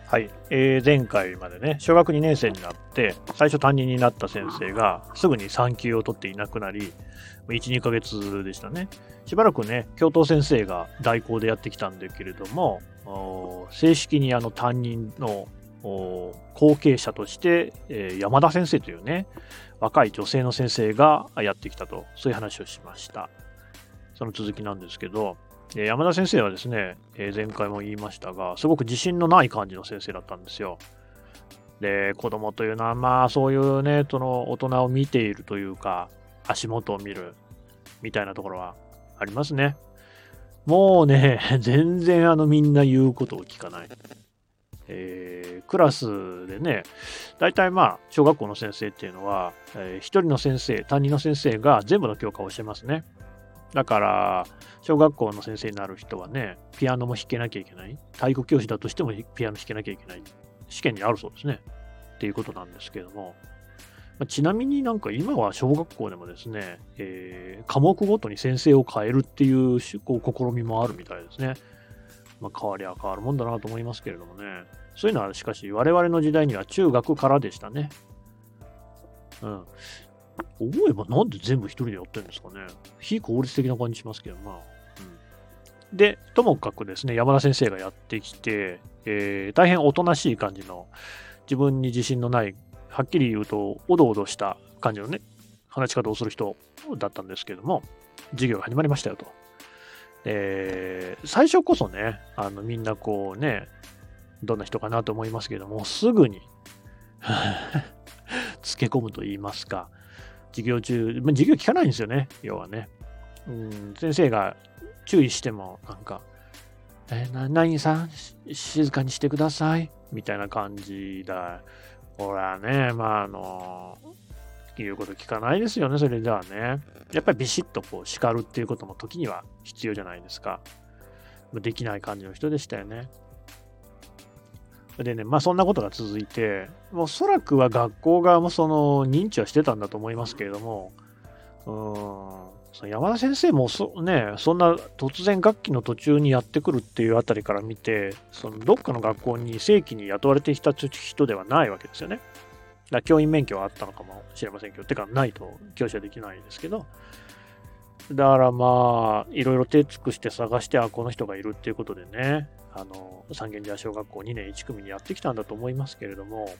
はい、前回までね、小学2年生になって、最初担任になった先生が、すぐに産休を取っていなくなり、1、2ヶ月でしたね。しばらくね、教頭先生が代行でやってきたんだけれども、正式に担任の後継者として、山田先生というね、若い女性の先生がやってきたと、そういう話をしました。その続きなんですけど、山田先生はですね、前回も言いましたが、すごく自信のない感じの先生だったんですよ。で、子供というのは、まあ、そういうね、その大人を見ているというか、足元を見るみたいなところはありますね。もうね、全然みんな言うことを聞かない。クラスでね、大体まあ、小学校の先生っていうのは、一人の先生、担任の先生が全部の教科を教えますね。だから、小学校の先生になる人はね、ピアノも弾けなきゃいけない。体育教師だとしてもピアノ弾けなきゃいけない。試験にあるそうですね。っていうことなんですけども。ちなみになんか今は小学校でもですね、科目ごとに先生を変えるっていう試みもあるみたいですね。変わりゃ変わるもんだなと思いますけれどもね。そういうのはしかし我々の時代には中学からでしたね。うん。思えばなんで全部一人でやってるんですかね。非効率的な感じしますけど、まあ。うん、で、ともかくですね、山田先生がやってきて、大変おとなしい感じの、自分に自信のない、はっきり言うと、おどおどした感じのね、話し方をする人だったんですけども、授業が始まりましたよと。最初こそね、みんなこうね、どんな人かなと思いますけども、すぐにつけ込むと言いますか、授業中、授業聞かないんですよね、要はね。先生が注意しても、なんか、何さん、静かにしてください、みたいな感じだ。ほらね、言うこと聞かないですよね、それではね。やっぱりビシッとこう叱るっていうことも時には必要じゃないですか。できない感じの人でしたよね。でね、そんなことが続いて、おそらくは学校側もその認知はしてたんだと思いますけれども、その山田先生もそんな突然学期の途中にやってくるっていうあたりから見て、そのどっかの学校に正規に雇われてきた人ではないわけですよね。だから教員免許はあったのかもしれませんけど、てかないと教師はできないですけど、だからいろいろ手尽くして探して、この人がいるっていうことでね、三軒茶屋小学校2年1組にやってきたんだと思いますけれども、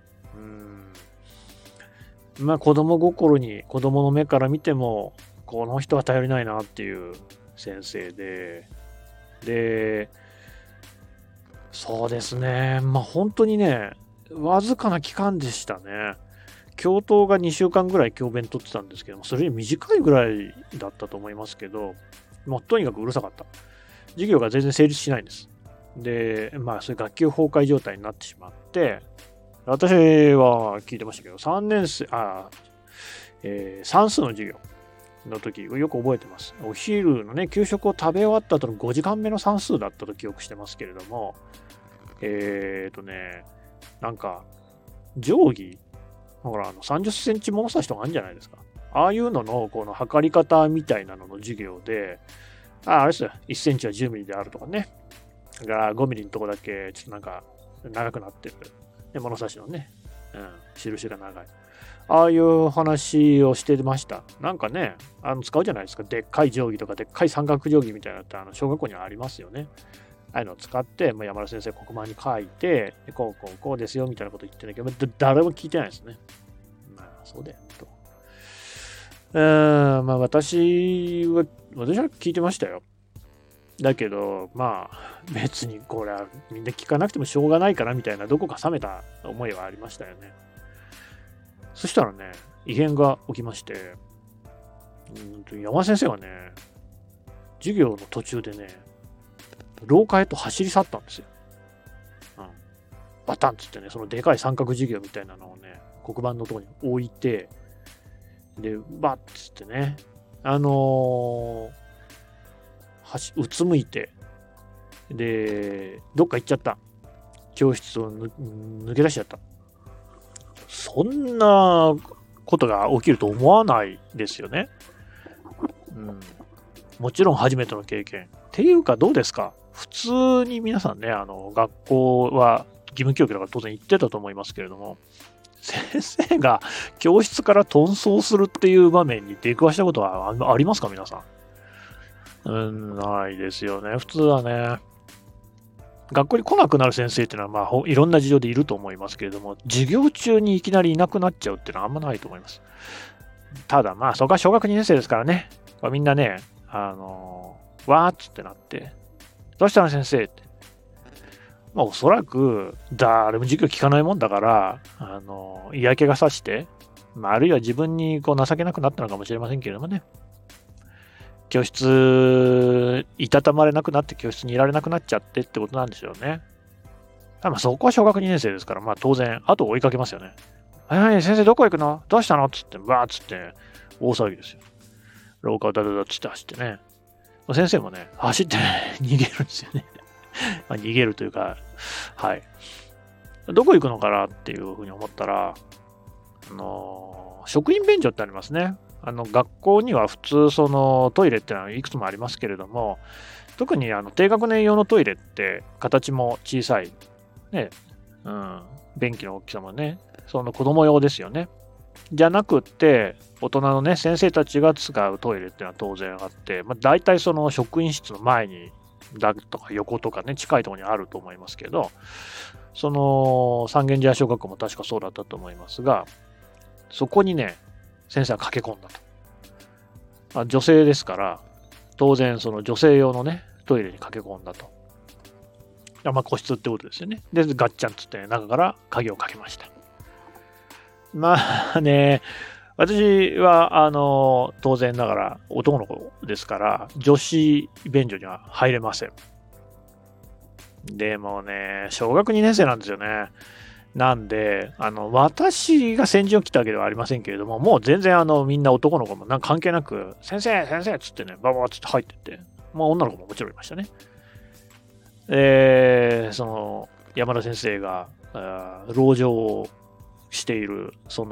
子供心に、子供の目から見ても、この人は頼りないなっていう先生で、そうですね、本当にね、わずかな期間でしたね。教頭が2週間ぐらい教鞭取ってたんですけども、それに短いぐらいだったと思いますけど、もうとにかくうるさかった。授業が全然成立しないんです。で、そういう学級崩壊状態になってしまって、私は聞いてましたけど、3年生、算数の授業の時、よく覚えてます。お昼のね、給食を食べ終わった後の5時間目の算数だったと記憶してますけれども、なんか、定規、ほら、30センチ物差しとかあるんじゃないですか。ああいうのの、この測り方みたいなのの授業で、あれですよ、1センチは10ミリであるとかね。だから5ミリのとこだけ、ちょっとなんか、長くなってる。で、物差しのね、印が長い。ああいう話をしてました。なんかね、使うじゃないですか。でっかい定規とか、でっかい三角定規みたいなのって、小学校にはありますよね。ああいうのを使って、山田先生黒板に書いて、こうですよみたいなこと言ってんだけど、誰も聞いてないですね。そうだよね、と。私は聞いてましたよ。だけど、別にこれはみんな聞かなくてもしょうがないかなみたいな、どこか冷めた思いはありましたよね。そしたらね、異変が起きまして、山田先生がね、授業の途中でね、廊下へと走り去ったんですよ。バタンつってね、そのでかい三角授業みたいなのをね、黒板のところに置いて、で、バッつってね、うつむいて、で、どっか行っちゃった。教室を抜け出しちゃった。そんなことが起きると思わないですよね。もちろん初めての経験。っていうかどうですか？普通に皆さんね、学校は務教育だから当然言ってたと思いますけれども、先生が教室から遁走するっていう場面に出くわしたことはありますか、皆さん。ないですよね。普通はね、学校に来なくなる先生っていうのは、いろんな事情でいると思いますけれども、授業中にいきなりいなくなっちゃうっていうのはあんまないと思います。ただそこは小学2年生ですからね、みんなね、わーっつってなって、どうしたの先生って。おそらく誰も授業聞かないもんだから、嫌気がさして、あるいは自分に情けなくなったのかもしれませんけれどもね、教室、いたたまれなくなって教室にいられなくなっちゃってってことなんでしょうね。そこは小学2年生ですから、当然、後を追いかけますよね。先生どこ行くのどうしたのつって、バーっつって、大騒ぎですよ。廊下をダダダっつって走ってね。先生もね、走って逃げるんですよね。逃げるというか、はい。どこ行くのかなっていうふうに思ったら、職員便所ってありますね。学校には普通トイレってのはいくつもありますけれども、特に低学年用のトイレって形も小さい、ね、便器の大きさもね、子供用ですよね。じゃなくって、大人のね、先生たちが使うトイレっていうのは当然あって、大体職員室の前にだとか横とかね、近いところにあると思いますけど、三軒茶屋小学校も確かそうだったと思いますが、そこにね、先生は駆け込んだと。女性ですから、当然女性用のね、トイレに駆け込んだと。個室ってことですよね。で、ガッチャンつって中から鍵をかけました。私は、当然ながら男の子ですから、女子便所には入れません。でもね、小学2年生なんですよね。なんで、私が先陣を切ったわけではありませんけれども、もう全然みんな男の子も関係なく、先生っつってね、ババーっつって入ってって、女の子ももちろんいましたね。山田先生が、籠城をしている、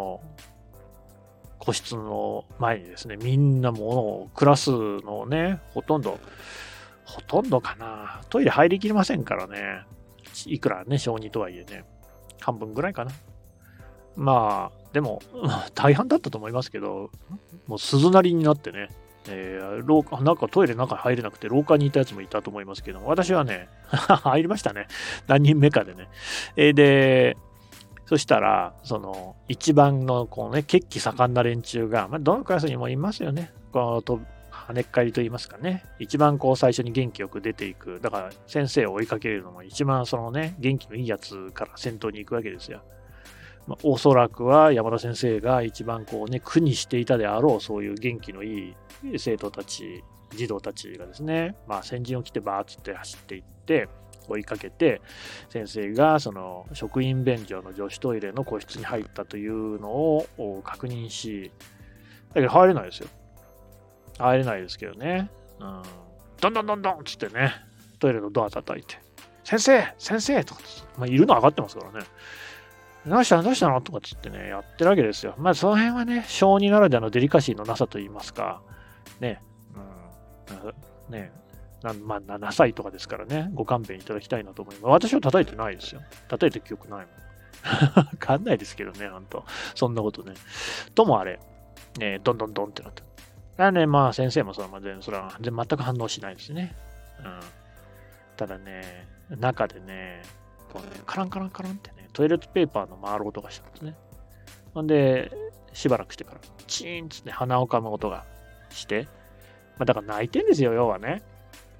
個室の前にですね、みんなもうクラスのね、ほとんどかな、トイレ入りきりませんからね、いくらね、小児とはいえね、半分ぐらいかな。でも、大半だったと思いますけど、もう鈴なりになってね、廊下、トイレの中に入れなくて廊下にいたやつもいたと思いますけども、私はね、入りましたね。何人目かでね。で、そしたら、一番の、血気盛んな連中が、どのクラスにもいますよね。跳ねっ返りと言いますかね。一番最初に元気よく出ていく。だから先生を追いかけるのも一番元気のいいやつから先頭に行くわけですよ。おそらくは山田先生が一番苦にしていたであろう、そういう元気のいい生徒たち、児童たちがですね、先陣を切ってバーッつって走っていって、追いかけて、先生が職員便所の女子トイレの個室に入ったというのを確認し、だけど入れないですよ。入れないですけどね。どんどんつってね、トイレのドア叩いて、先生とか、いるの分かってますからね。どうしたのとかつってね、やってるわけですよ。その辺はね、小児ならではのデリカシーのなさと言いますか、ね、7歳とかですからね、ご勘弁いただきたいなと思います。私は叩いてないですよ。叩いて記憶ないもん。わかんないですけどね、ほんと。そんなことね。ともあれ、どんどんってなった。だね、先生もそれは全く反応しないですね。ただね、中でね、カランってね、トイレットペーパーの回る音がしたんですね。ほんで、しばらくしてから、チーンってね、鼻をかむ音がして、だから泣いてんですよ、要はね。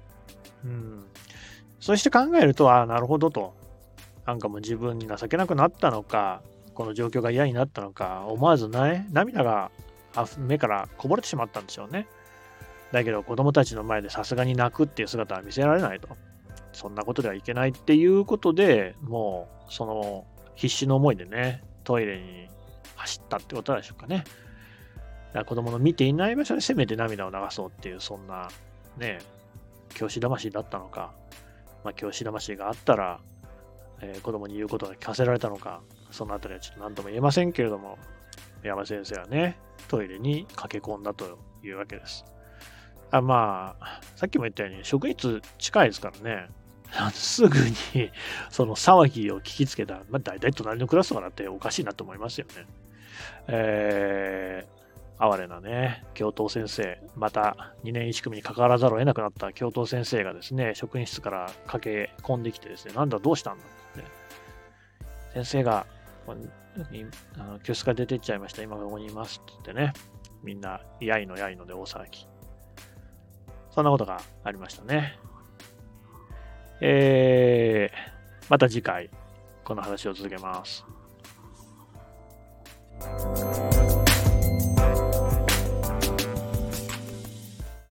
そうして考えると、なるほどと。もう自分に情けなくなったのか、この状況が嫌になったのか、思わずね、涙が目からこぼれてしまったんでしょうね。だけど子供たちの前でさすがに泣くっていう姿は見せられないと。そんなことではいけないっていうことで、もう必死の思いでね、トイレに走ったってことでしょうかね。だから子供の見ていない場所でせめて涙を流そうっていう、そんなね、教師魂だったのか、教師魂があったら、子供に言うことが聞かせられたのか、そのあたりはちょっと何とも言えませんけれども、山先生はね、トイレに駆け込んだというわけです。さっきも言ったように、職員室近いですからね、 すぐにその騒ぎを聞きつけた、大体隣のクラスとかだっておかしいなと思いますよね。哀れなね、教頭先生、また2年1組に関わらざるを得なくなった教頭先生がですね、職員室から駆け込んできてですね、なんだどうしたんだって。先生が、教室から出てっちゃいました、今ここにいますって言ってね、みんな、やいのやいので大騒ぎ。そんなことがありましたね。また次回、この話を続けます。